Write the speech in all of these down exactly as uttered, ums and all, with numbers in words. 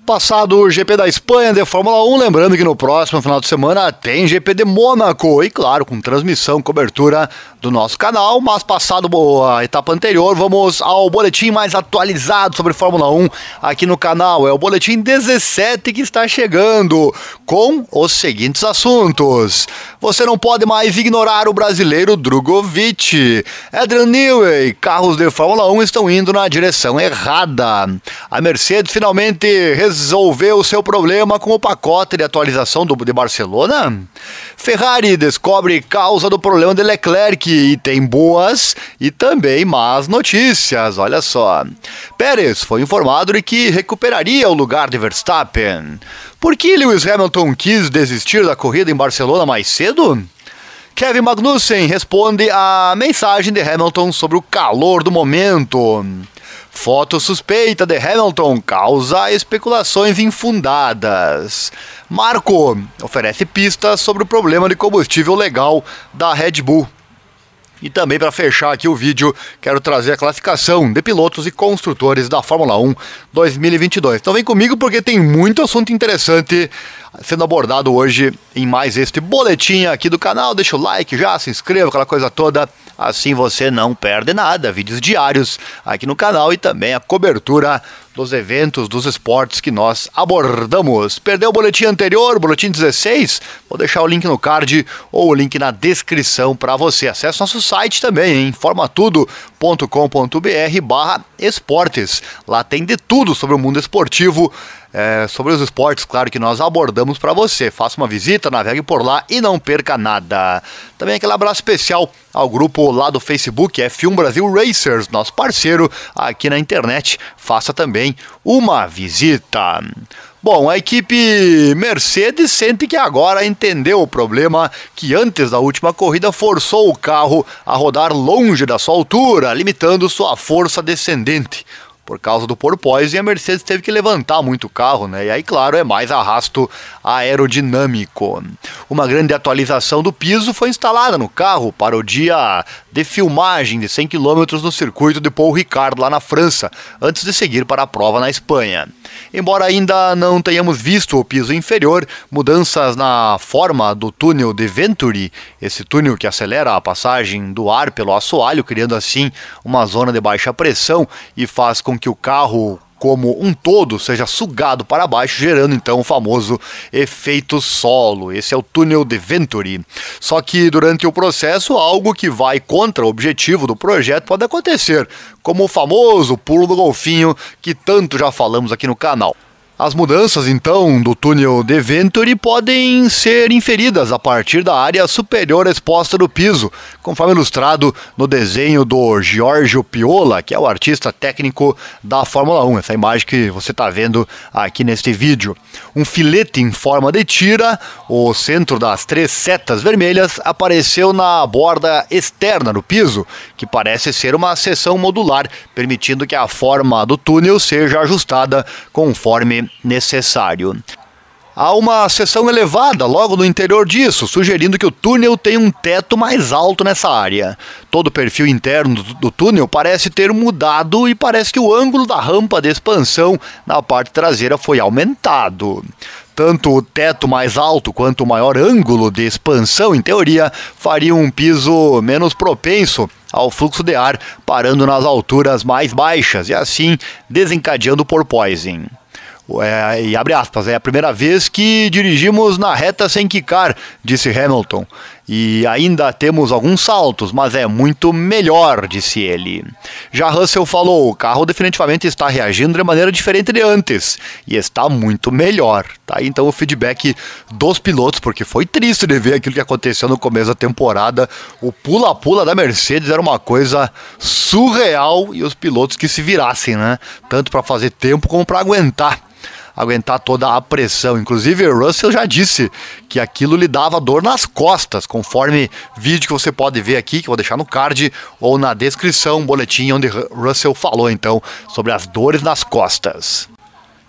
Passado o G P da Espanha de Fórmula um, lembrando que no próximo final de semana tem G P de Mônaco, e claro, com transmissão, cobertura do nosso canal, mas passado a etapa anterior, vamos ao boletim mais atualizado sobre Fórmula um aqui no canal. É o boletim dezessete que está chegando, com os seguintes assuntos. Você não pode mais ignorar o brasileiro Drugovich. Adrian Newey, carros de Fórmula um estão indo na direção errada. A Mercedes finalmente resolveu seu problema com o pacote de atualização do, de Barcelona. Ferrari descobre causa do problema de Leclerc e tem boas e também más notícias, olha só. Pérez foi informado de que recuperaria o lugar de Verstappen. Por que Lewis Hamilton quis desistir da corrida em Barcelona mais cedo? Kevin Magnussen responde à mensagem de Hamilton sobre o calor do momento. Foto suspeita de Hamilton causa especulações infundadas. Marco oferece pistas sobre o problema de combustível legal da Red Bull. E também, para fechar aqui o vídeo, quero trazer a classificação de pilotos e construtores da Fórmula um dois mil e vinte e dois. Então vem comigo porque tem muito assunto interessante sendo abordado hoje em mais este boletim aqui do canal. Deixa o like já, se inscreva, aquela coisa toda, assim você não perde nada. Vídeos diários aqui no canal e também a cobertura dos eventos, dos esportes que nós abordamos. Perdeu o boletim anterior, boletim dezesseis? Vou deixar o link no card ou o link na descrição para você. Acesse nosso site também, informatudo ponto com ponto br barra esportes. Lá tem de tudo sobre o mundo esportivo, é, sobre os esportes, claro, que nós abordamos para você. Faça uma visita, navegue por lá e não perca nada. Também aquele abraço especial ao grupo lá do Facebook, F um Brasil Racers, nosso parceiro aqui na internet. Faça também uma visita. Bom, a equipe Mercedes sente que agora entendeu o problema que antes da última corrida forçou o carro a rodar longe da sua altura, limitando sua força descendente. Por causa do porpoise, a Mercedes teve que levantar muito o carro, né? E aí, claro, é mais arrasto aerodinâmico. Uma grande atualização do piso foi instalada no carro para o dia de filmagem de cem quilômetros no circuito de Paul Ricard, lá na França, antes de seguir para a prova na Espanha. Embora ainda não tenhamos visto o piso inferior, mudanças na forma do túnel de Venturi, esse túnel que acelera a passagem do ar pelo assoalho, criando assim uma zona de baixa pressão e faz com que o carro como um todo seja sugado para baixo, gerando então o famoso efeito solo. Esse é o túnel de Venturi. Só que durante o processo, algo que vai contra o objetivo do projeto pode acontecer, como o famoso pulo do golfinho que tanto já falamos aqui no canal. As mudanças, então, do túnel de Venturi podem ser inferidas a partir da área superior exposta do piso, conforme ilustrado no desenho do Giorgio Piola, que é o artista técnico da Fórmula um. Essa imagem que você está vendo aqui neste vídeo. Um filete em forma de tira, o centro das três setas vermelhas, apareceu na borda externa do piso, que parece ser uma seção modular, permitindo que a forma do túnel seja ajustada conforme necessário. Há uma seção elevada logo no interior disso, sugerindo que o túnel tem um teto mais alto nessa área. Todo o perfil interno do túnel parece ter mudado e parece que o ângulo da rampa de expansão na parte traseira foi aumentado. Tanto o teto mais alto quanto o maior ângulo de expansão, em teoria, fariam um piso menos propenso ao fluxo de ar, parando nas alturas mais baixas e assim desencadeando o porpoising. É, e abre aspas, é a primeira vez que dirigimos na reta sem quicar, disse Hamilton. E ainda temos alguns saltos, mas é muito melhor, disse ele. Já Russell falou, o carro definitivamente está reagindo de maneira diferente de antes. E está muito melhor. Tá aí então o feedback dos pilotos, porque foi triste de ver aquilo que aconteceu no começo da temporada. O pula-pula da Mercedes era uma coisa surreal e os pilotos que se virassem, né? Tanto para fazer tempo como para aguentar. aguentar toda a pressão. Inclusive, o Russell já disse que aquilo lhe dava dor nas costas, conforme vídeo que você pode ver aqui, que eu vou deixar no card ou na descrição, um boletim onde Russell falou, então, sobre as dores nas costas.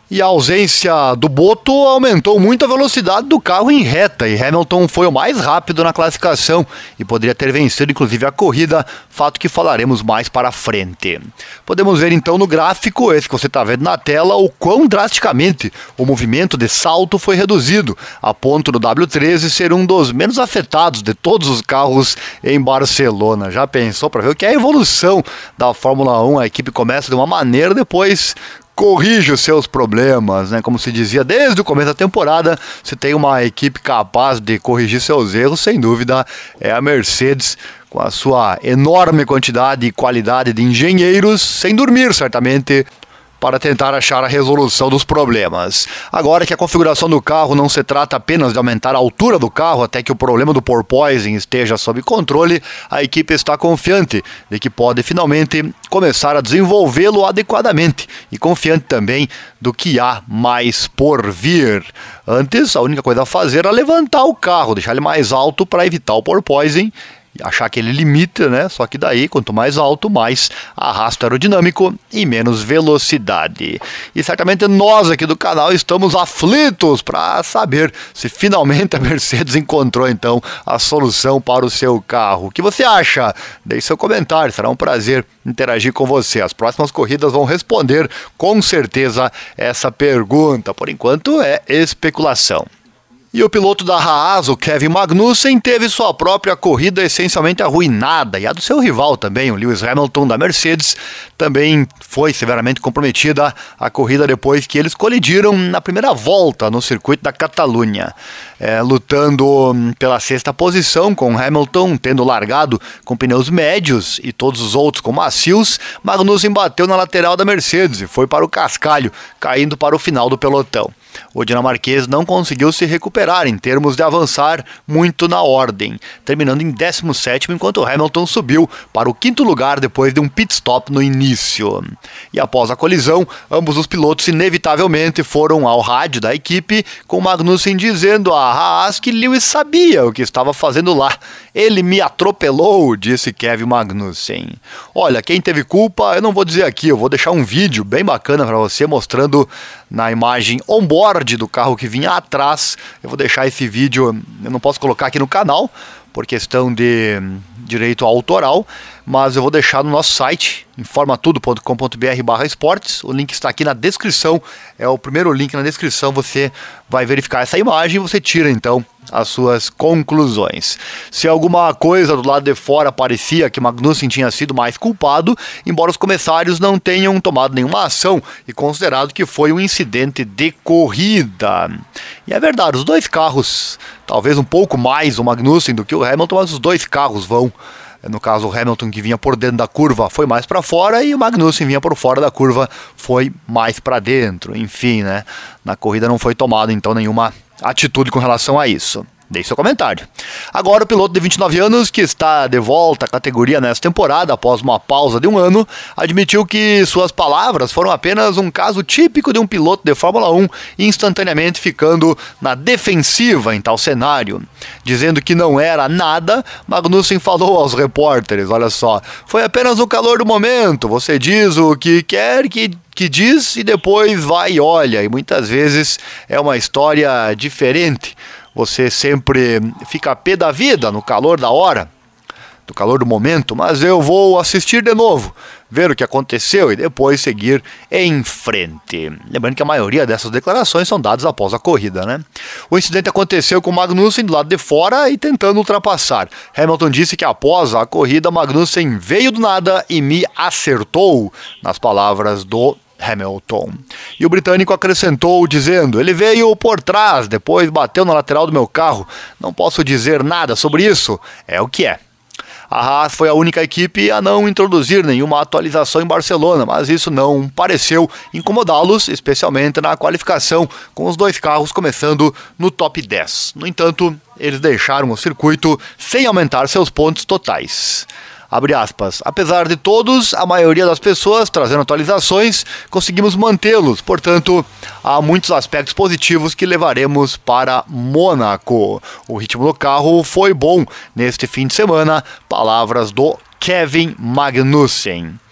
E a ausência do Boto aumentou muito a velocidade do carro em reta, e Hamilton foi o mais rápido na classificação e poderia ter vencido inclusive a corrida, fato que falaremos mais para frente. Podemos ver então no gráfico, esse que você está vendo na tela, o quão drasticamente o movimento de salto foi reduzido, a ponto do W treze ser um dos menos afetados de todos os carros em Barcelona. Já pensou para ver o que é a evolução da Fórmula um? A equipe começa de uma maneira, depois corrige os seus problemas, né? Como se dizia desde o começo da temporada, se tem uma equipe capaz de corrigir seus erros, sem dúvida é a Mercedes, com a sua enorme quantidade e qualidade de engenheiros, sem dormir certamente, para tentar achar a resolução dos problemas. Agora que a configuração do carro não se trata apenas de aumentar a altura do carro até que o problema do porpoising esteja sob controle, a equipe está confiante de que pode finalmente começar a desenvolvê-lo adequadamente e confiante também do que há mais por vir. Antes, a única coisa a fazer era levantar o carro, deixar ele mais alto para evitar o porpoising, achar aquele limite, né? Só que daí, quanto mais alto, mais arrasto aerodinâmico e menos velocidade. E certamente nós aqui do canal estamos aflitos para saber se finalmente a Mercedes encontrou então a solução para o seu carro. O que você acha? Deixe seu comentário, será um prazer interagir com você. As próximas corridas vão responder com certeza essa pergunta. Por enquanto é especulação. E o piloto da Haas, o Kevin Magnussen, teve sua própria corrida essencialmente arruinada, e a do seu rival também, o Lewis Hamilton da Mercedes, também foi severamente comprometida a corrida depois que eles colidiram na primeira volta no circuito da Catalunha, é, lutando pela sexta posição, com Hamilton tendo largado com pneus médios e todos os outros com macios. Magnussen bateu na lateral da Mercedes e foi para o cascalho, caindo para o final do pelotão. O dinamarquês não conseguiu se recuperar em termos de avançar muito na ordem, terminando em décimo sétimo, enquanto Hamilton subiu para o quinto lugar depois de um pit stop no início. E após a colisão, ambos os pilotos inevitavelmente foram ao rádio da equipe, com Magnussen dizendo a Haas que Lewis sabia o que estava fazendo lá. Ele me atropelou, disse Kevin Magnussen. Olha, quem teve culpa, eu não vou dizer aqui, eu vou deixar um vídeo bem bacana para você mostrando na imagem on-board do carro que vinha atrás. Eu vou deixar esse vídeo, eu não posso colocar aqui no canal por questão de direito autoral, mas eu vou deixar no nosso site, informatudo ponto com ponto br barra esportes. O link está aqui na descrição, é o primeiro link na descrição. Você vai verificar essa imagem e você tira então as suas conclusões. Se alguma coisa do lado de fora parecia que Magnussen tinha sido mais culpado, embora os comissários não tenham tomado nenhuma ação e considerado que foi um incidente de corrida. E é verdade, os dois carros, talvez um pouco mais o Magnussen do que o Hamilton, mas os dois carros vão. No caso, o Hamilton, que vinha por dentro da curva, foi mais para fora, e o Magnussen vinha por fora da curva, foi mais para dentro. Enfim, né? Na corrida não foi tomada então nenhuma atitude com relação a isso. Deixe seu comentário. Agora o piloto de vinte e nove anos, que está de volta à categoria nesta temporada, após uma pausa de um ano, admitiu que suas palavras foram apenas um caso típico de um piloto de Fórmula um, instantaneamente ficando na defensiva em tal cenário. Dizendo que não era nada, Magnussen falou aos repórteres, olha só, foi apenas o calor do momento, você diz o que quer que... que diz e depois vai e olha, e muitas vezes é uma história diferente. Você sempre fica a pé da vida no calor da hora, no calor do momento, mas eu vou assistir de novo, ver o que aconteceu e depois seguir em frente. Lembrando que a maioria dessas declarações são dadas após a corrida, né? O incidente aconteceu com Magnussen do lado de fora e tentando ultrapassar. Hamilton disse que após a corrida, Magnussen veio do nada e me acertou, nas palavras do Hamilton. E o britânico acrescentou dizendo, ele veio por trás, depois bateu na lateral do meu carro, não posso dizer nada sobre isso, é o que é. A Haas foi a única equipe a não introduzir nenhuma atualização em Barcelona, mas isso não pareceu incomodá-los, especialmente na qualificação, com os dois carros começando no top dez. No entanto, eles deixaram o circuito sem aumentar seus pontos totais. Abre aspas, apesar de todos, a maioria das pessoas trazendo atualizações, conseguimos mantê-los, portanto, há muitos aspectos positivos que levaremos para Mônaco. O ritmo do carro foi bom neste fim de semana, palavras do Kevin Magnussen.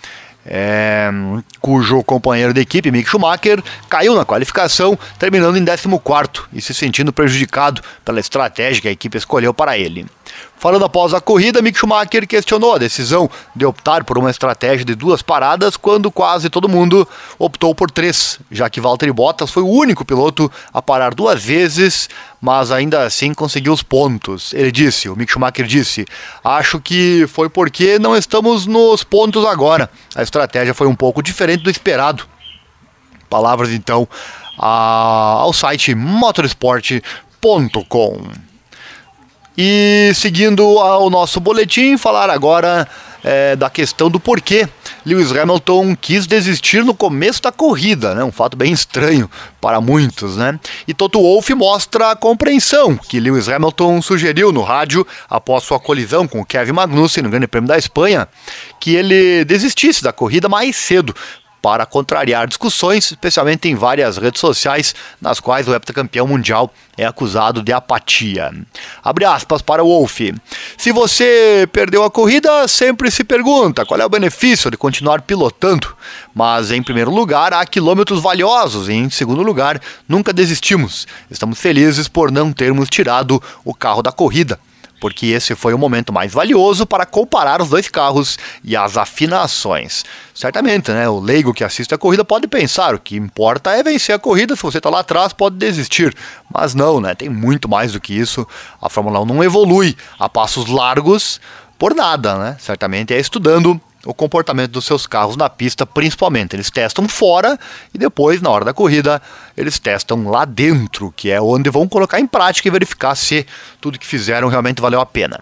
é, cujo companheiro de equipe, Mick Schumacher, caiu na qualificação, terminando em décimo quarto e se sentindo prejudicado pela estratégia que a equipe escolheu para ele. Falando após a corrida, Mick Schumacher questionou a decisão de optar por uma estratégia de duas paradas quando quase todo mundo optou por três, já que Valtteri Bottas foi o único piloto a parar duas vezes, mas ainda assim conseguiu os pontos. Ele disse, o Mick Schumacher disse, acho que foi porque não estamos nos pontos agora. A estratégia foi um pouco diferente do esperado. Palavras então a, ao site motorsport ponto com. E seguindo o nosso boletim, falar agora é, da questão do porquê Lewis Hamilton quis desistir no começo da corrida, né? Um fato bem estranho para muitos, né? E Toto Wolff mostra a compreensão que Lewis Hamilton sugeriu no rádio após sua colisão com o Kevin Magnussen no Grande Prêmio da Espanha, que ele desistisse da corrida mais cedo, para contrariar discussões, especialmente em várias redes sociais, nas quais o heptacampeão mundial é acusado de apatia. Abre aspas para o Wolff. Se você perdeu a corrida, sempre se pergunta qual é o benefício de continuar pilotando. Mas, em primeiro lugar, há quilômetros valiosos e, em segundo lugar, nunca desistimos. Estamos felizes por não termos tirado o carro da corrida, porque esse foi o momento mais valioso para comparar os dois carros e as afinações. Certamente, né, o leigo que assiste a corrida pode pensar, o que importa é vencer a corrida, se você está lá atrás pode desistir. Mas não, né, tem muito mais do que isso. A Fórmula um não evolui a passos largos por nada, né? Certamente é estudando o comportamento dos seus carros na pista, principalmente. Eles testam fora e depois, na hora da corrida, eles testam lá dentro, que é onde vão colocar em prática e verificar se tudo que fizeram realmente valeu a pena.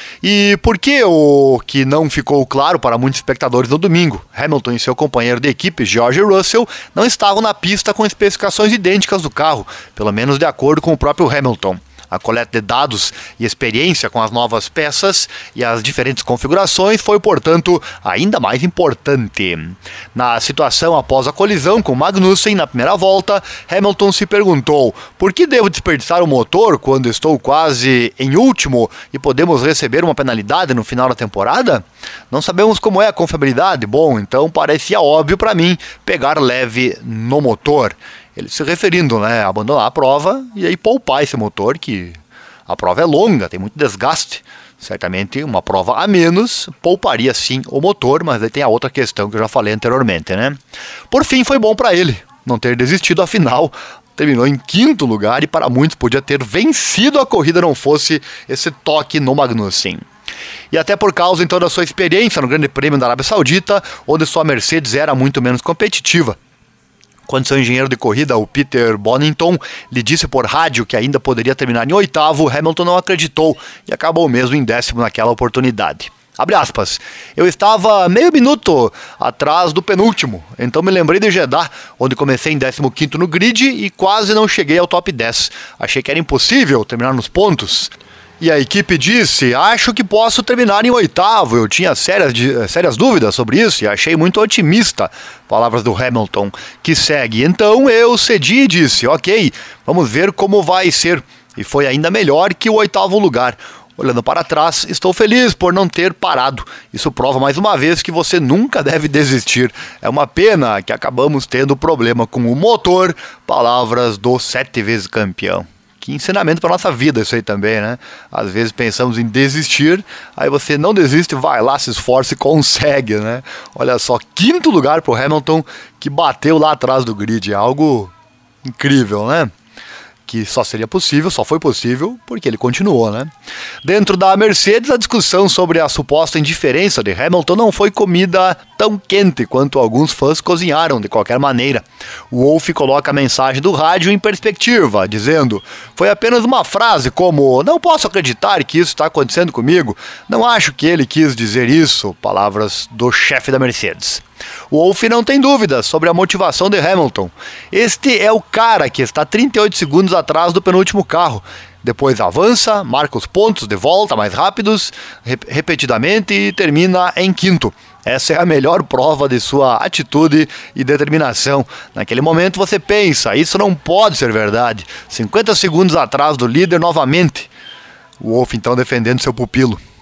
E por que o que não ficou claro para muitos espectadores no domingo? Hamilton e seu companheiro de equipe, George Russell, não estavam na pista com especificações idênticas do carro, pelo menos de acordo com o próprio Hamilton. A coleta de dados e experiência com as novas peças e as diferentes configurações foi, portanto, ainda mais importante. Na situação após a colisão com Magnussen na primeira volta, Hamilton se perguntou: por que devo desperdiçar o motor quando estou quase em último e podemos receber uma penalidade no final da temporada? Não sabemos como é a confiabilidade? Bom, então parecia óbvio para mim pegar leve no motor. Ele se referindo, né, a abandonar a prova e aí poupar esse motor, que a prova é longa, tem muito desgaste. Certamente uma prova a menos pouparia sim o motor, mas aí tem a outra questão que eu já falei anteriormente, né? Por fim, foi bom para ele não ter desistido, afinal terminou em quinto lugar e para muitos podia ter vencido a corrida não fosse esse toque no Magnussen. E até por causa então da sua experiência no Grande Prêmio da Arábia Saudita, onde sua Mercedes era muito menos competitiva. Quando seu engenheiro de corrida, o Peter Bonington, lhe disse por rádio que ainda poderia terminar em oitavo, Hamilton não acreditou e acabou mesmo em décimo naquela oportunidade. Abre aspas. Eu estava meio minuto atrás do penúltimo, então me lembrei de Jeddah, onde comecei em décimo quinto no grid e quase não cheguei ao top dez. Achei que era impossível terminar nos pontos. E a equipe disse, acho que posso terminar em oitavo. Eu tinha sérias, sérias dúvidas sobre isso e achei muito otimista. Palavras do Hamilton, que segue. Então eu cedi e disse, ok, vamos ver como vai ser. E foi ainda melhor que o oitavo lugar. Olhando para trás, estou feliz por não ter parado. Isso prova mais uma vez que você nunca deve desistir. É uma pena que acabamos tendo problema com o motor. Palavras do sete vezes campeão. Que ensinamento para nossa vida isso aí também, né? Às vezes pensamos em desistir, aí você não desiste, vai lá, se esforça e consegue, né? Olha só, quinto lugar para o Hamilton, que bateu lá atrás do grid, é algo incrível, né? Que só seria possível, só foi possível porque ele continuou, né? Dentro da Mercedes, a discussão sobre a suposta indiferença de Hamilton não foi comida tão quente quanto alguns fãs cozinharam de qualquer maneira. O Wolff coloca a mensagem do rádio em perspectiva, dizendo: foi apenas uma frase como, não posso acreditar que isso está acontecendo comigo, não acho que ele quis dizer isso, palavras do chefe da Mercedes. O Wolff não tem dúvidas sobre a motivação de Hamilton. Este é o cara que está trinta e oito segundos atrás do penúltimo carro. Depois avança, marca os pontos de volta mais rápidos, rep- repetidamente e termina em quinto. Essa é a melhor prova de sua atitude e determinação. Naquele momento você pensa, isso não pode ser verdade. cinquenta segundos atrás do líder novamente. O Wolff então defendendo seu pupilo.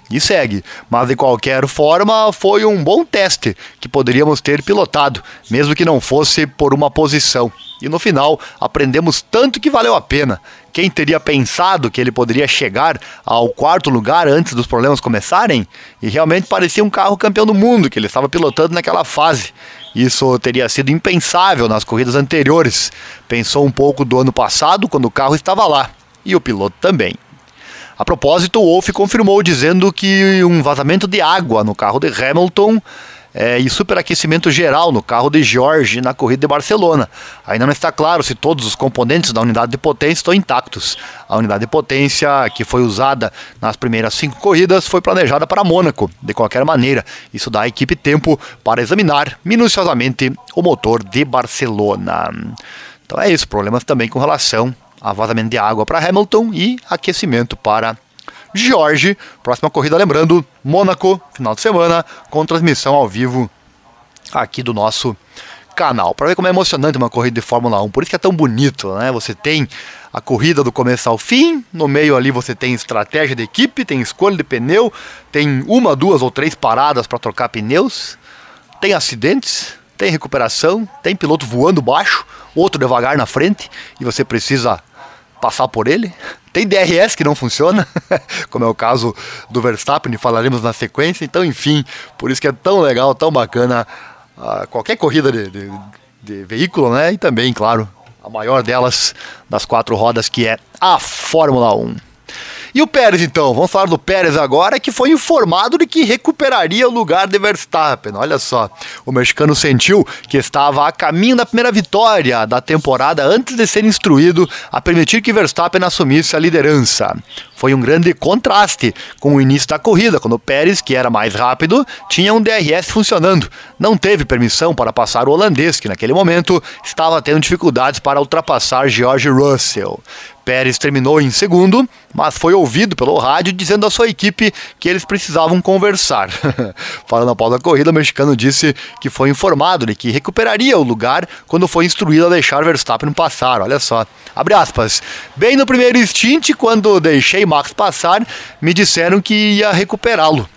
e segue. Mas de qualquer forma, foi um bom teste que poderíamos ter pilotado, mesmo que não fosse por uma posição. E no final, aprendemos tanto que valeu a pena. Quem teria pensado que ele poderia chegar ao quarto lugar antes dos problemas começarem? E realmente parecia um carro campeão do mundo que ele estava pilotando naquela fase. Isso teria sido impensável nas corridas anteriores. Pensou um pouco do ano passado, quando o carro estava lá. E o piloto também. A propósito, o Wolff confirmou dizendo que um vazamento de água no carro de Hamilton é, e superaquecimento geral no carro de George na corrida de Barcelona. Ainda não está claro se todos os componentes da unidade de potência estão intactos. A unidade de potência que foi usada nas primeiras cinco corridas foi planejada para Mônaco. De qualquer maneira, isso dá à equipe tempo para examinar minuciosamente o motor de Barcelona. Então é isso, problemas também com relação a vazamento de água para Hamilton e aquecimento para George. Próxima corrida, lembrando, Mônaco, final de semana, com transmissão ao vivo aqui do nosso canal. Para ver como é emocionante uma corrida de Fórmula um, por isso que é tão bonito, né? Você tem a corrida do começo ao fim, no meio ali você tem estratégia de equipe, tem escolha de pneu, tem uma, duas ou três paradas para trocar pneus, tem acidentes, tem recuperação, tem piloto voando baixo, outro devagar na frente, e você precisa passar por ele. Tem D R S que não funciona, como é o caso do Verstappen, e falaremos na sequência. Então, enfim, por isso que é tão legal, tão bacana uh, qualquer corrida de, de, de veículo, né? E também, claro, a maior delas das quatro rodas, que é a Fórmula um. E o Pérez, então? Vamos falar do Pérez agora, que foi informado de que recuperaria o lugar de Verstappen. Olha só, o mexicano sentiu que estava a caminho da primeira vitória da temporada antes de ser instruído a permitir que Verstappen assumisse a liderança. Foi um grande contraste com o início da corrida, quando o Pérez, que era mais rápido, tinha um D R S funcionando. Não teve permissão para passar o holandês, que naquele momento estava tendo dificuldades para ultrapassar George Russell. Pérez terminou em segundo, mas foi ouvido pelo rádio dizendo à sua equipe que eles precisavam conversar. Falando após a corrida, o mexicano disse que foi informado de que recuperaria o lugar quando foi instruído a deixar Verstappen passar. Olha só, abre aspas. Bem no primeiro stint, quando deixei Max passar, me disseram que ia recuperá-lo.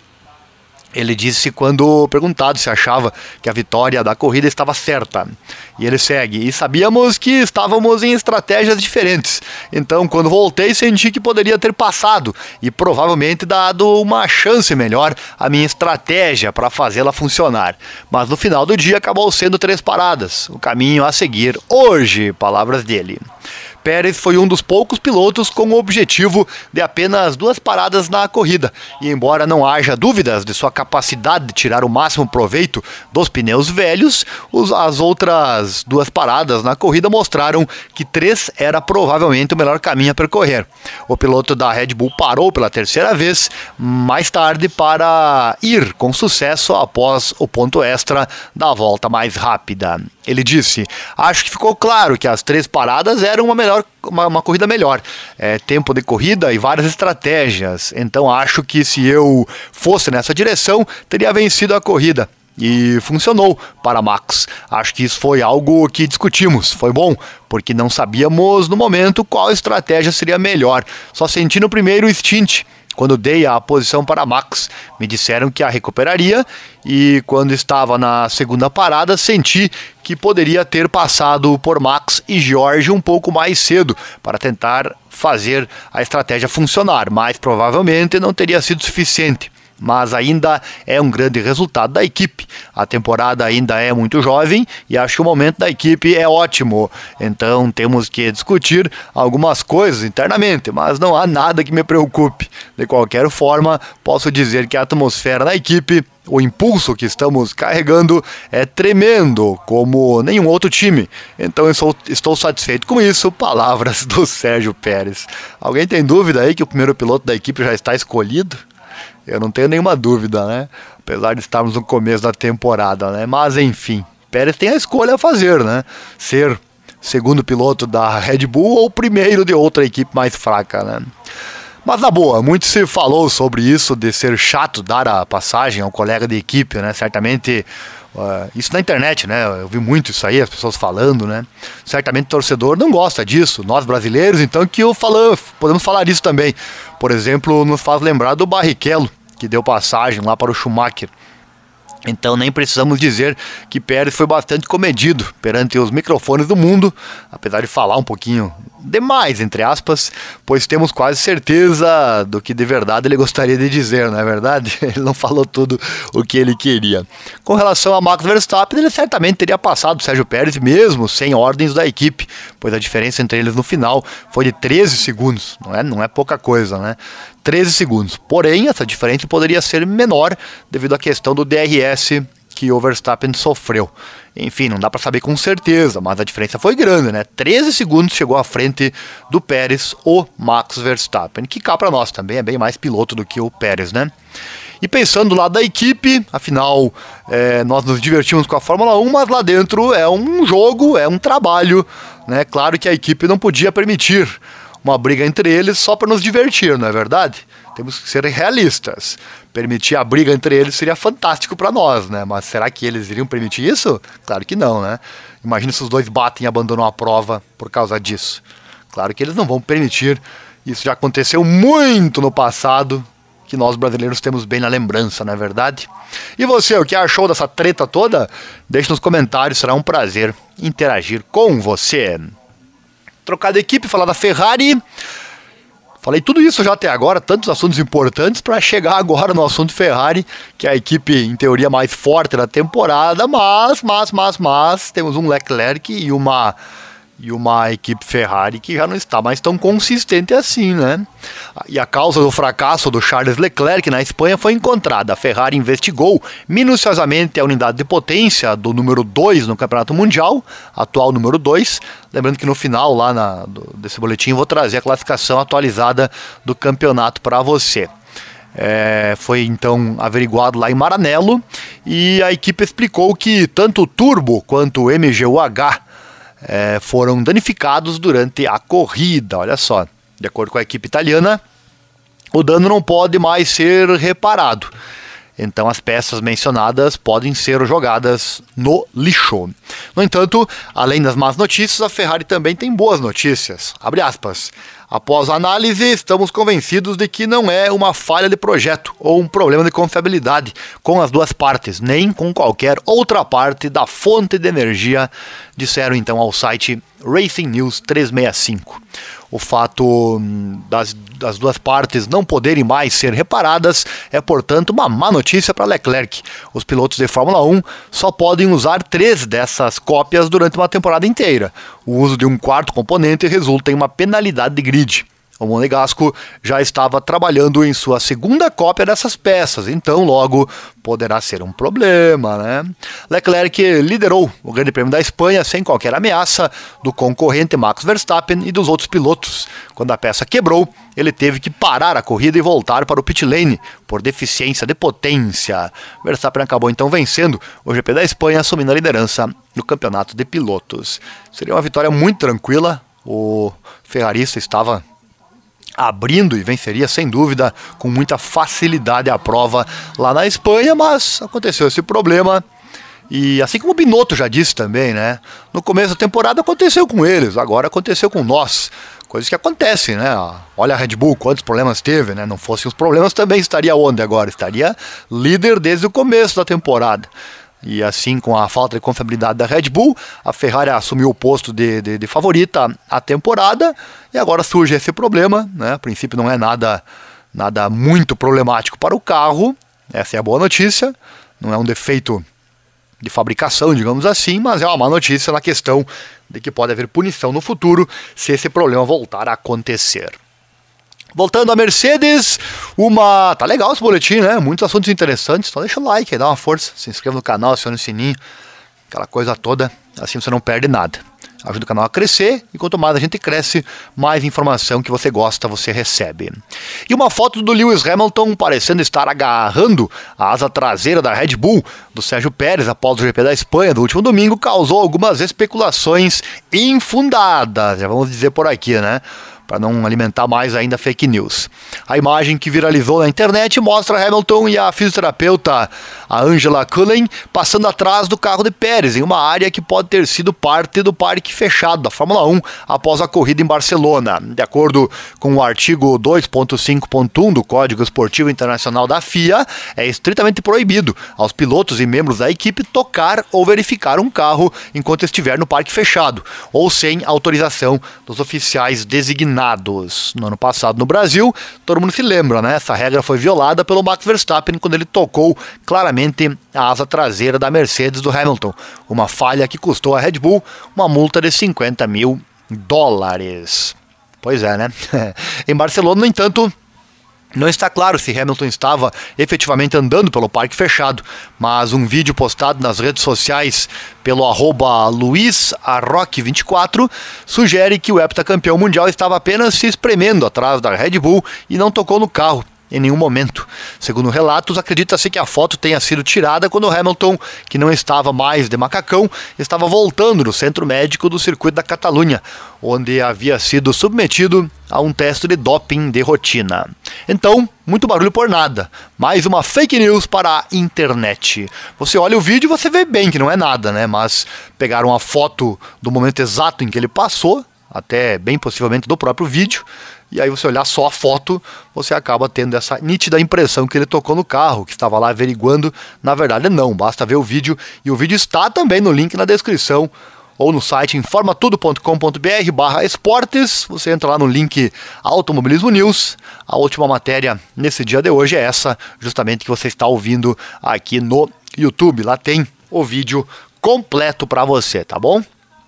Ele disse quando perguntado se achava que a vitória da corrida estava certa. E ele segue, e sabíamos que estávamos em estratégias diferentes. Então, quando voltei, senti que poderia ter passado e provavelmente dado uma chance melhor à minha estratégia para fazê-la funcionar. Mas no final do dia acabou sendo três paradas, o caminho a seguir hoje, palavras dele. Pérez foi um dos poucos pilotos com o objetivo de apenas duas paradas na corrida, e embora não haja dúvidas de sua capacidade de tirar o máximo proveito dos pneus velhos, os, as outras duas paradas na corrida mostraram que três era provavelmente o melhor caminho a percorrer. O piloto da Red Bull parou pela terceira vez mais tarde para ir com sucesso após o ponto extra da volta mais rápida. Ele disse, acho que ficou claro que as três paradas eram uma, melhor, uma, uma corrida melhor. É, tempo de corrida e várias estratégias. Então acho que se eu fosse nessa direção, teria vencido a corrida. E funcionou para Max. Acho que isso foi algo que discutimos. Foi bom, porque não sabíamos no momento qual estratégia seria melhor. Só senti no primeiro stint. Quando dei a posição para Max, me disseram que a recuperaria, e quando estava na segunda parada, senti que poderia ter passado por Max e George um pouco mais cedo para tentar fazer a estratégia funcionar, mas provavelmente não teria sido suficiente. Mas ainda é um grande resultado da equipe. A temporada ainda é muito jovem e acho que o momento da equipe é ótimo. Então temos que discutir algumas coisas internamente, mas não há nada que me preocupe. De qualquer forma, posso dizer que a atmosfera na equipe, o impulso que estamos carregando é tremendo, como nenhum outro time. Então eu sou, estou satisfeito com isso. Palavras do Sérgio Pérez. Alguém tem dúvida aí que o primeiro piloto da equipe já está escolhido? Eu não tenho nenhuma dúvida, né? Apesar de estarmos no começo da temporada, né? Mas enfim, Pérez tem a escolha a fazer, né? Ser segundo piloto da Red Bull ou primeiro de outra equipe mais fraca, né? Mas na boa, muito se falou sobre isso, de ser chato dar a passagem ao colega de equipe, né? Certamente, uh, isso na internet, né? Eu vi muito isso aí, as pessoas falando, né? Certamente o torcedor não gosta disso, nós brasileiros, então que eu falo, podemos falar disso também. Por exemplo, nos faz lembrar do Barrichello, que deu passagem lá para o Schumacher. Então nem precisamos dizer que Pérez foi bastante comedido perante os microfones do mundo, apesar de falar um pouquinho demais, entre aspas, pois temos quase certeza do que de verdade ele gostaria de dizer, não é verdade? Ele não falou tudo o que ele queria. Com relação a Max Verstappen, ele certamente teria passado o Sérgio Pérez mesmo sem ordens da equipe, pois a diferença entre eles no final foi de treze segundos, não é, não é pouca coisa, né? treze segundos. Porém, essa diferença poderia ser menor devido à questão do D R S que o Verstappen sofreu. Enfim, não dá para saber com certeza, mas a diferença foi grande, né? treze segundos chegou à frente do Pérez o Max Verstappen, que cá para nós também é bem mais piloto do que o Pérez, né? E pensando do lado da equipe, afinal, é, nós nos divertimos com a Fórmula um, mas lá dentro é um jogo, é um trabalho, né? Claro que a equipe não podia permitir uma briga entre eles só para nos divertir, não é verdade? Temos que ser realistas. Permitir a briga entre eles seria fantástico para nós, né? Mas será que eles iriam permitir isso? Claro que não, né? Imagina se os dois batem e abandonam a prova por causa disso. Claro que eles não vão permitir. Isso já aconteceu muito no passado, que nós brasileiros temos bem na lembrança, não é verdade? E você, o que achou dessa treta toda? Deixe nos comentários, será um prazer interagir com você. Trocar de equipe, falar da Ferrari. Falei tudo isso já até agora, tantos assuntos importantes para chegar agora no assunto Ferrari, que é a equipe em teoria mais forte da temporada, mas, mas, mas, mas, temos um Leclerc e uma, e uma equipe Ferrari que já não está mais tão consistente assim, né? E a causa do fracasso do Charles Leclerc na Espanha foi encontrada. A Ferrari investigou minuciosamente a unidade de potência do número dois no Campeonato Mundial, atual número dois. Lembrando que no final lá na, do, desse boletim eu vou trazer a classificação atualizada do campeonato para você. É, foi então averiguado lá em Maranello e a equipe explicou que tanto o turbo quanto o M G U H é, foram danificados durante a corrida. Olha só, de acordo com a equipe italiana, o dano não pode mais ser reparado. Então as peças mencionadas podem ser jogadas no lixo. No entanto, além das más notícias, a Ferrari também tem boas notícias. Abre aspas. Após a análise, estamos convencidos de que não é uma falha de projeto ou um problema de confiabilidade com as duas partes, nem com qualquer outra parte da fonte de energia, disseram então ao site Racing News trezentos e sessenta e cinco. O fato das, das duas partes não poderem mais ser reparadas é, portanto, uma má notícia para Leclerc. Os pilotos de Fórmula um só podem usar três dessas cópias durante uma temporada inteira. O uso de um quarto componente resulta em uma penalidade de grid. O Monegasco já estava trabalhando em sua segunda cópia dessas peças, então logo poderá ser um problema, né? Leclerc liderou o Grande Prêmio da Espanha sem qualquer ameaça do concorrente Max Verstappen e dos outros pilotos. Quando a peça quebrou, ele teve que parar a corrida e voltar para o pit lane por deficiência de potência. Verstappen acabou então vencendo o G P da Espanha, assumindo a liderança no campeonato de pilotos. Seria uma vitória muito tranquila, o ferrarista estava abrindo e venceria sem dúvida com muita facilidade a prova lá na Espanha, mas aconteceu esse problema e assim como o Binotto já disse também, né? No começo da temporada aconteceu com eles, agora aconteceu com nós, coisas que acontecem, né? Olha a Red Bull, quantos problemas teve, né? Não fossem os problemas também estaria onde agora? Estaria líder desde o começo da temporada. E assim, com a falta de confiabilidade da Red Bull, a Ferrari assumiu o posto de, de, de favorita à temporada e agora surge esse problema, né? A princípio não é nada, nada muito problemático para o carro, essa é a boa notícia, não é um defeito de fabricação, digamos assim, mas é uma má notícia na questão de que pode haver punição no futuro se esse problema voltar a acontecer. Voltando à Mercedes, uma... Tá legal esse boletim, né? Muitos assuntos interessantes, então deixa o like aí, dá uma força, se inscreva no canal, acione o sininho, aquela coisa toda, assim você não perde nada. Ajuda o canal a crescer e quanto mais a gente cresce, mais informação que você gosta você recebe. E uma foto do Lewis Hamilton parecendo estar agarrando a asa traseira da Red Bull do Sérgio Pérez após o G P da Espanha do último domingo causou algumas especulações infundadas, já vamos dizer por aqui, né? para não alimentar mais ainda fake news. A imagem que viralizou na internet mostra Hamilton e a fisioterapeuta, a Angela Cullen, passando atrás do carro de Pérez, em uma área que pode ter sido parte do parque fechado da Fórmula um após a corrida em Barcelona. De acordo com o artigo dois ponto cinco ponto um do Código Esportivo Internacional da F I A, é estritamente proibido aos pilotos e membros da equipe tocar ou verificar um carro enquanto estiver no parque fechado, ou sem autorização dos oficiais designados. No ano passado, no Brasil, todo mundo se lembra, né? Essa regra foi violada pelo Max Verstappen quando ele tocou claramente a asa traseira da Mercedes do Hamilton, uma falha que custou à Red Bull uma multa de cinquenta mil dólares. Pois é, né? Em Barcelona, no entanto, não está claro se Hamilton estava efetivamente andando pelo parque fechado, mas um vídeo postado nas redes sociais pelo arroba Luiz Arroque vinte e quatro sugere que o heptacampeão mundial estava apenas se espremendo atrás da Red Bull e não tocou no carro em nenhum momento. Segundo relatos, acredita-se que a foto tenha sido tirada quando Hamilton, que não estava mais de macacão, estava voltando no centro médico do circuito da Catalunha, onde havia sido submetido a um teste de doping de rotina. Então, muito barulho por nada. Mais uma fake news para a internet. Você olha o vídeo e você vê bem que não é nada, né? Mas pegaram a foto do momento exato em que ele passou, até bem possivelmente do próprio vídeo, e aí você olhar só a foto, você acaba tendo essa nítida impressão que ele tocou no carro, que estava lá averiguando. Na verdade não, basta ver o vídeo, e o vídeo está também no link na descrição, ou no site informatudo ponto com ponto br barra esportes. Você entra lá no link Automobilismo News. A última matéria nesse dia de hoje é essa, justamente que você está ouvindo aqui no YouTube. Lá tem o vídeo completo para você, tá bom?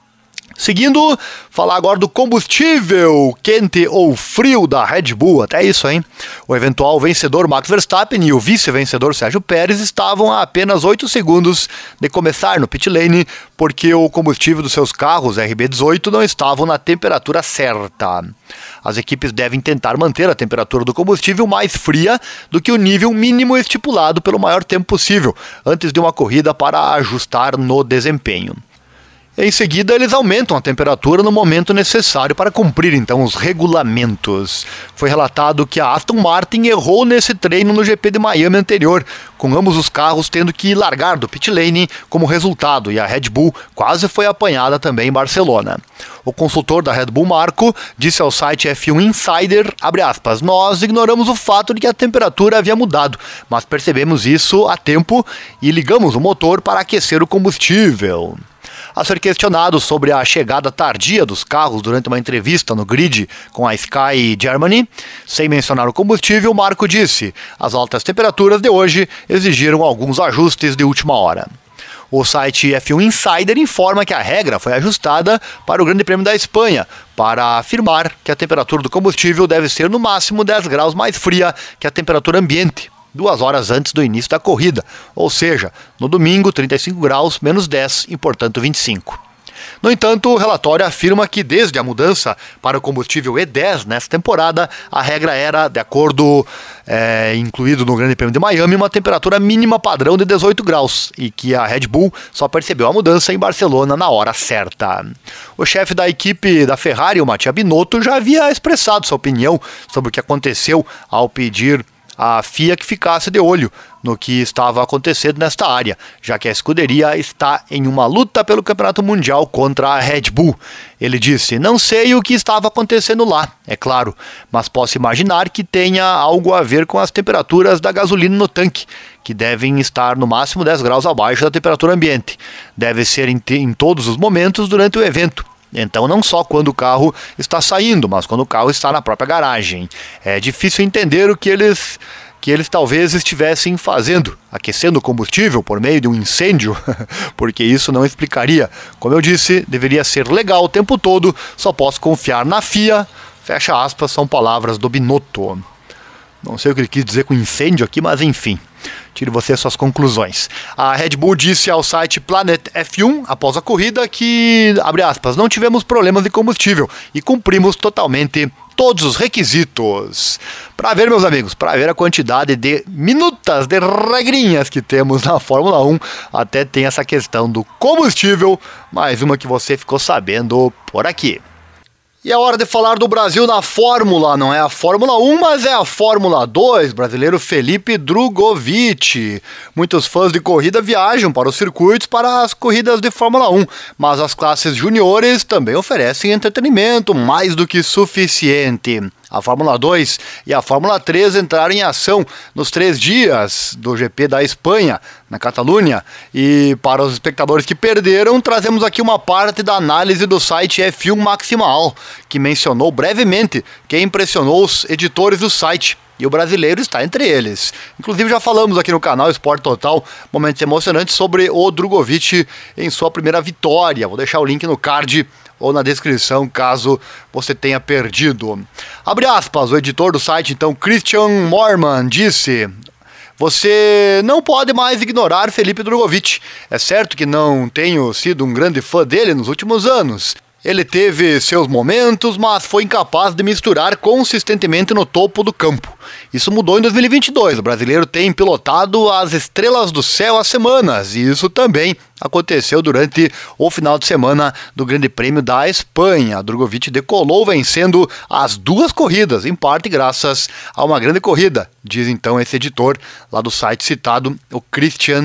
Seguindo, falar agora do combustível quente ou frio da Red Bull, até isso, hein? O eventual vencedor Max Verstappen e o vice-vencedor Sérgio Pérez estavam a apenas oito segundos de começar no pit lane, porque o combustível dos seus carros R B dezoito não estavam na temperatura certa. As equipes devem tentar manter a temperatura do combustível mais fria do que o nível mínimo estipulado pelo maior tempo possível, antes de uma corrida para ajustar no desempenho. Em seguida, eles aumentam a temperatura no momento necessário para cumprir, então, os regulamentos. Foi relatado que a Aston Martin errou nesse treino no G P de Miami anterior, com ambos os carros tendo que largar do pit lane como resultado, e a Red Bull quase foi apanhada também em Barcelona. O consultor da Red Bull, Marco, disse ao site F um Insider, abre aspas, nós ignoramos o fato de que a temperatura havia mudado, mas percebemos isso a tempo e ligamos o motor para aquecer o combustível. A ser questionado sobre a chegada tardia dos carros durante uma entrevista no grid com a Sky Germany, sem mencionar o combustível, Marco disse: as altas temperaturas de hoje exigiram alguns ajustes de última hora. O site F um Insider informa que a regra foi ajustada para o Grande Prêmio da Espanha, para afirmar que a temperatura do combustível deve ser no máximo dez graus mais fria que a temperatura ambiente, duas horas antes do início da corrida, ou seja, no domingo trinta e cinco graus menos dez e portanto vinte e cinco. No entanto, o relatório afirma que desde a mudança para o combustível E dez nesta temporada, a regra era, de acordo é, incluído no Grande Prêmio de Miami, uma temperatura mínima padrão de dezoito graus e que a Red Bull só percebeu a mudança em Barcelona na hora certa. O chefe da equipe da Ferrari, o Mattia Binotto, já havia expressado sua opinião sobre o que aconteceu ao pedir a F I A que ficasse de olho no que estava acontecendo nesta área, já que a escuderia está em uma luta pelo campeonato mundial contra a Red Bull. Ele disse: não sei o que estava acontecendo lá, é claro, mas posso imaginar que tenha algo a ver com as temperaturas da gasolina no tanque, que devem estar no máximo dez graus abaixo da temperatura ambiente. Deve ser em, em todos os momentos durante o evento. Então não só quando o carro está saindo, mas quando o carro está na própria garagem. É difícil entender o que eles, que eles talvez estivessem fazendo, aquecendo o combustível por meio de um incêndio, porque isso não explicaria. Como eu disse, deveria ser legal o tempo todo, só posso confiar na F I A, fecha aspas, são palavras do Binotto. Não sei o que ele quis dizer com incêndio aqui, mas enfim. Tire você suas conclusões. A Red Bull disse ao site Planet F um, após a corrida, que, abre aspas, não tivemos problemas de combustível e cumprimos totalmente todos os requisitos. Para ver, meus amigos, para ver a quantidade de minutas, de regrinhas que temos na Fórmula um, até tem essa questão do combustível, mais uma que você ficou sabendo por aqui. E é hora de falar do Brasil na Fórmula, não é a Fórmula um, mas é a Fórmula dois, brasileiro Felipe Drugovich. Muitos fãs de corrida viajam para os circuitos para as corridas de Fórmula um, mas as classes juniores também oferecem entretenimento mais do que suficiente. A Fórmula dois e a Fórmula três entraram em ação nos três dias do G P da Espanha, na Catalunha. E para os espectadores que perderam, trazemos aqui uma parte da análise do site F um Maximal, que mencionou brevemente quem impressionou os editores do site. E o brasileiro está entre eles. Inclusive já falamos aqui no canal Esporte Total, momentos emocionantes sobre o Drugovich em sua primeira vitória. Vou deixar o link no card ou na descrição, caso você tenha perdido. Abre aspas, o editor do site, então, Christian Morman, disse: "Você não pode mais ignorar Felipe Drugovich. É certo que não tenho sido um grande fã dele nos últimos anos. Ele teve seus momentos, mas foi incapaz de misturar consistentemente no topo do campo. Isso mudou em dois mil e vinte e dois. O brasileiro tem pilotado as estrelas do céu há semanas, e isso também aconteceu durante o final de semana do Grande Prêmio da Espanha. Drugovich decolou vencendo as duas corridas, em parte graças a uma grande corrida", diz então esse editor lá do site citado, o Christian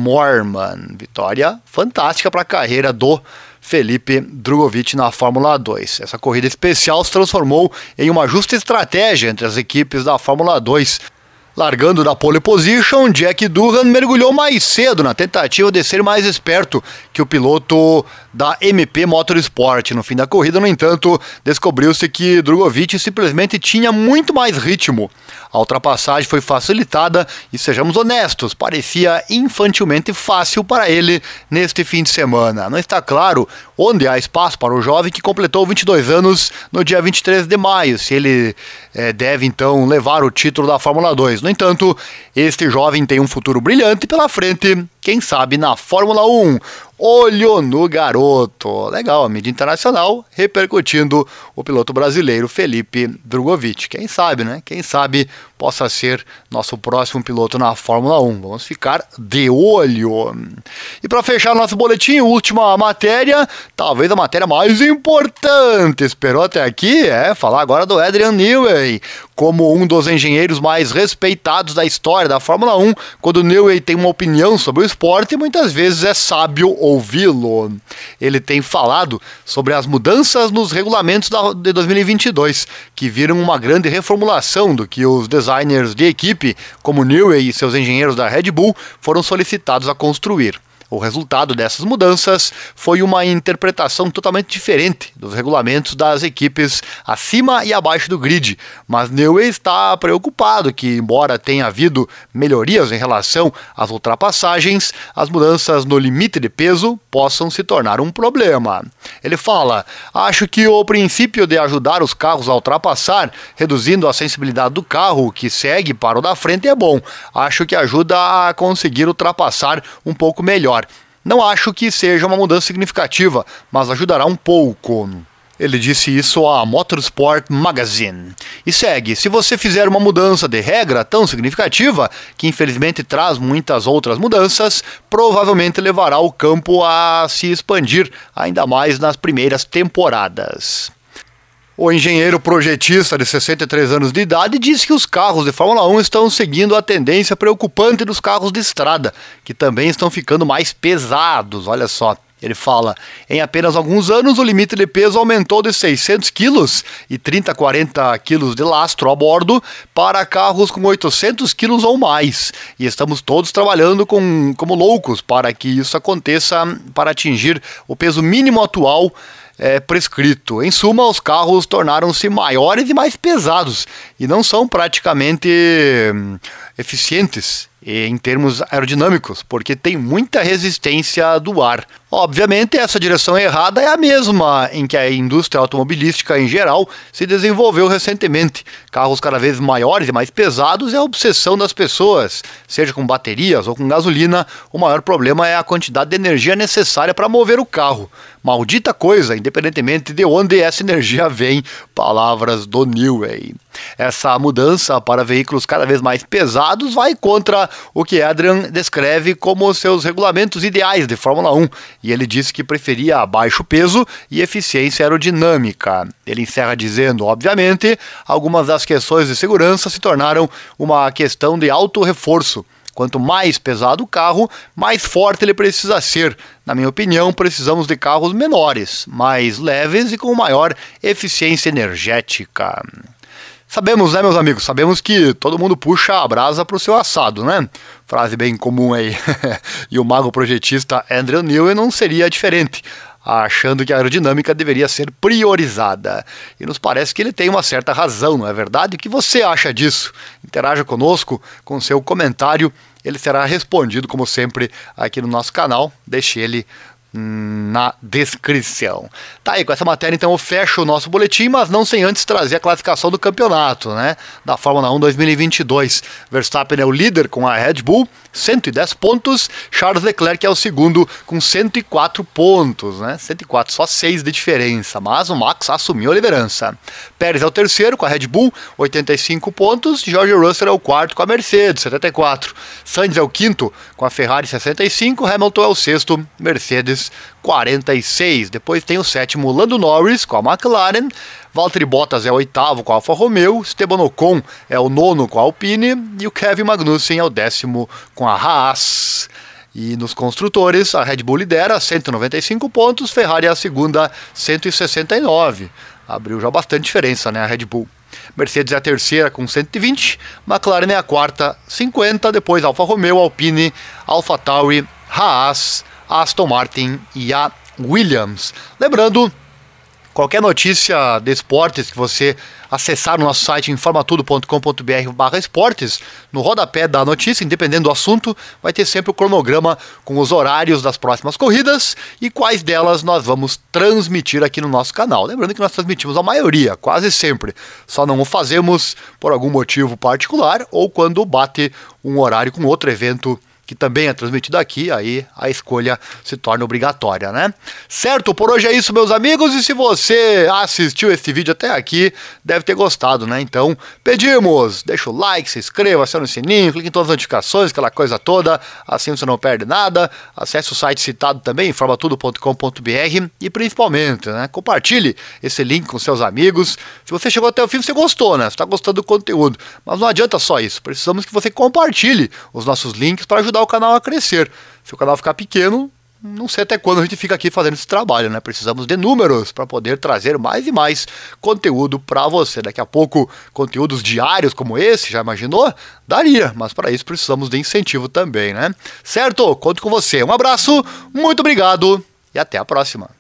Morman. Vitória fantástica para a carreira do Felipe Drugovich na Fórmula dois. Essa corrida especial se transformou em uma justa estratégia entre as equipes da Fórmula dois. Largando da pole position, Jack Doohan mergulhou mais cedo na tentativa de ser mais esperto que o piloto da M P Motorsport. No fim da corrida, no entanto, descobriu-se que Drugovich simplesmente tinha muito mais ritmo. A ultrapassagem foi facilitada e, sejamos honestos, parecia infantilmente fácil para ele neste fim de semana. Não está claro onde há espaço para o jovem que completou vinte e dois anos no dia vinte e três de maio, se ele é, deve então levar o título da Fórmula dois. No entanto, este jovem tem um futuro brilhante pela frente, quem sabe na Fórmula um. Olho no garoto. Legal, a mídia internacional repercutindo o piloto brasileiro Felipe Drugovich. Quem sabe, né? Quem sabe possa ser nosso próximo piloto na Fórmula um. Vamos ficar de olho. E para fechar nosso boletim, última matéria, talvez a matéria mais importante. Esperou até aqui? É, falar agora do Adrian Newey. Como um dos engenheiros mais respeitados da história da Fórmula um, quando Newey tem uma opinião sobre o esporte, muitas vezes é sábio ouvi-lo. Ele tem falado sobre as mudanças nos regulamentos de dois mil e vinte e dois, que viram uma grande reformulação do que os designers de equipe, como Newey e seus engenheiros da Red Bull, foram solicitados a construir. O resultado dessas mudanças foi uma interpretação totalmente diferente dos regulamentos das equipes acima e abaixo do grid, mas Newey está preocupado que, embora tenha havido melhorias em relação às ultrapassagens, as mudanças no limite de peso possam se tornar um problema. Ele fala: "Acho que o princípio de ajudar os carros a ultrapassar, reduzindo a sensibilidade do carro que segue para o da frente, é bom. Acho que ajuda a conseguir ultrapassar um pouco melhor. Não acho que seja uma mudança significativa, mas ajudará um pouco." Ele disse isso à Motorsport Magazine. E segue: "Se você fizer uma mudança de regra tão significativa, que infelizmente traz muitas outras mudanças, provavelmente levará o campo a se expandir ainda mais nas primeiras temporadas." O engenheiro projetista de sessenta e três anos de idade disse que os carros de Fórmula um estão seguindo a tendência preocupante dos carros de estrada, que também estão ficando mais pesados. Olha só, ele fala: "Em apenas alguns anos, o limite de peso aumentou de seiscentos quilos e trinta a quarenta quilos de lastro a bordo para carros com oitocentos quilos ou mais. E estamos todos trabalhando com, como loucos para que isso aconteça, para atingir o peso mínimo atual É, prescrito. Em suma, os carros tornaram-se maiores e mais pesados e não são praticamente hum, eficientes em termos aerodinâmicos, porque tem muita resistência do ar. Obviamente, essa direção errada é a mesma em que a indústria automobilística em geral se desenvolveu recentemente. Carros cada vez maiores e mais pesados é a obsessão das pessoas, seja com baterias ou com gasolina. O maior problema é a quantidade de energia necessária para mover o carro. Maldita coisa, independentemente de onde essa energia vem." Palavras do Newey. Essa mudança para veículos cada vez mais pesados vai contra o que Adrian descreve como seus regulamentos ideais de Fórmula um, e ele disse que preferia baixo peso e eficiência aerodinâmica. Ele encerra dizendo, obviamente, algumas das questões de segurança se tornaram uma questão de alto reforço. Quanto mais pesado o carro, mais forte ele precisa ser. Na minha opinião, precisamos de carros menores, mais leves e com maior eficiência energética. Sabemos, né, meus amigos? Sabemos que todo mundo puxa a brasa para o seu assado, né? Frase bem comum aí. E o mago projetista Andrew Newey não seria diferente, achando que a aerodinâmica deveria ser priorizada. E nos parece que ele tem uma certa razão, não é verdade? O que você acha disso? Interaja conosco com seu comentário. Ele será respondido, como sempre, aqui no nosso canal. Deixe ele na descrição. Tá aí, com essa matéria então eu fecho o nosso boletim, mas não sem antes trazer a classificação do campeonato, né, da Fórmula um dois mil e vinte e dois. Verstappen é o líder com a Red Bull, cento e dez pontos, Charles Leclerc é o segundo com cento e quatro pontos, né, cento e quatro, só seis de diferença, mas o Max assumiu a liderança. Pérez é o terceiro com a Red Bull, oitenta e cinco pontos, George Russell é o quarto com a Mercedes, setenta e quatro, Sainz é o quinto com a Ferrari, sessenta e cinco, Hamilton é o sexto, Mercedes quarenta e seis. Depois tem o sétimo Lando Norris com a McLaren, Valtteri Bottas é o oitavo com a Alfa Romeo, Esteban Ocon é o nono com a Alpine e o Kevin Magnussen é o décimo com a Haas. E nos construtores, a Red Bull lidera, cento e noventa e cinco pontos, Ferrari é a segunda, cento e sessenta e nove. Abriu já bastante diferença, né, a Red Bull. Mercedes é a terceira com cento e vinte, McLaren é a quarta, cinquenta, depois Alfa Romeo, Alpine, AlphaTauri, Haas, Aston Martin e a Williams. Lembrando, qualquer notícia de esportes que você acessar no nosso site informatudo ponto com ponto br barra esportes, no rodapé da notícia, independendo do assunto, vai ter sempre o cronograma com os horários das próximas corridas e quais delas nós vamos transmitir aqui no nosso canal. Lembrando que nós transmitimos a maioria, quase sempre, só não o fazemos por algum motivo particular ou quando bate um horário com outro evento que também é transmitido aqui, aí a escolha se torna obrigatória, né? Certo? Por hoje é isso, meus amigos, e se você assistiu esse vídeo até aqui, deve ter gostado, né? Então, pedimos, deixa o like, se inscreva, acione o sininho, clique em todas as notificações, aquela coisa toda, assim você não perde nada, acesse o site citado também, informatudo ponto com ponto br e principalmente, né, compartilhe esse link com seus amigos. Se você chegou até o fim, você gostou, né? Você está gostando do conteúdo, mas não adianta só isso, precisamos que você compartilhe os nossos links para ajudar o canal a crescer. Se o canal ficar pequeno, não sei até quando a gente fica aqui fazendo esse trabalho, né? Precisamos de números para poder trazer mais e mais conteúdo para você. Daqui a pouco, conteúdos diários como esse, já imaginou? Daria, mas para isso precisamos de incentivo também, né? Certo? Conto com você. Um abraço, muito obrigado e até a próxima.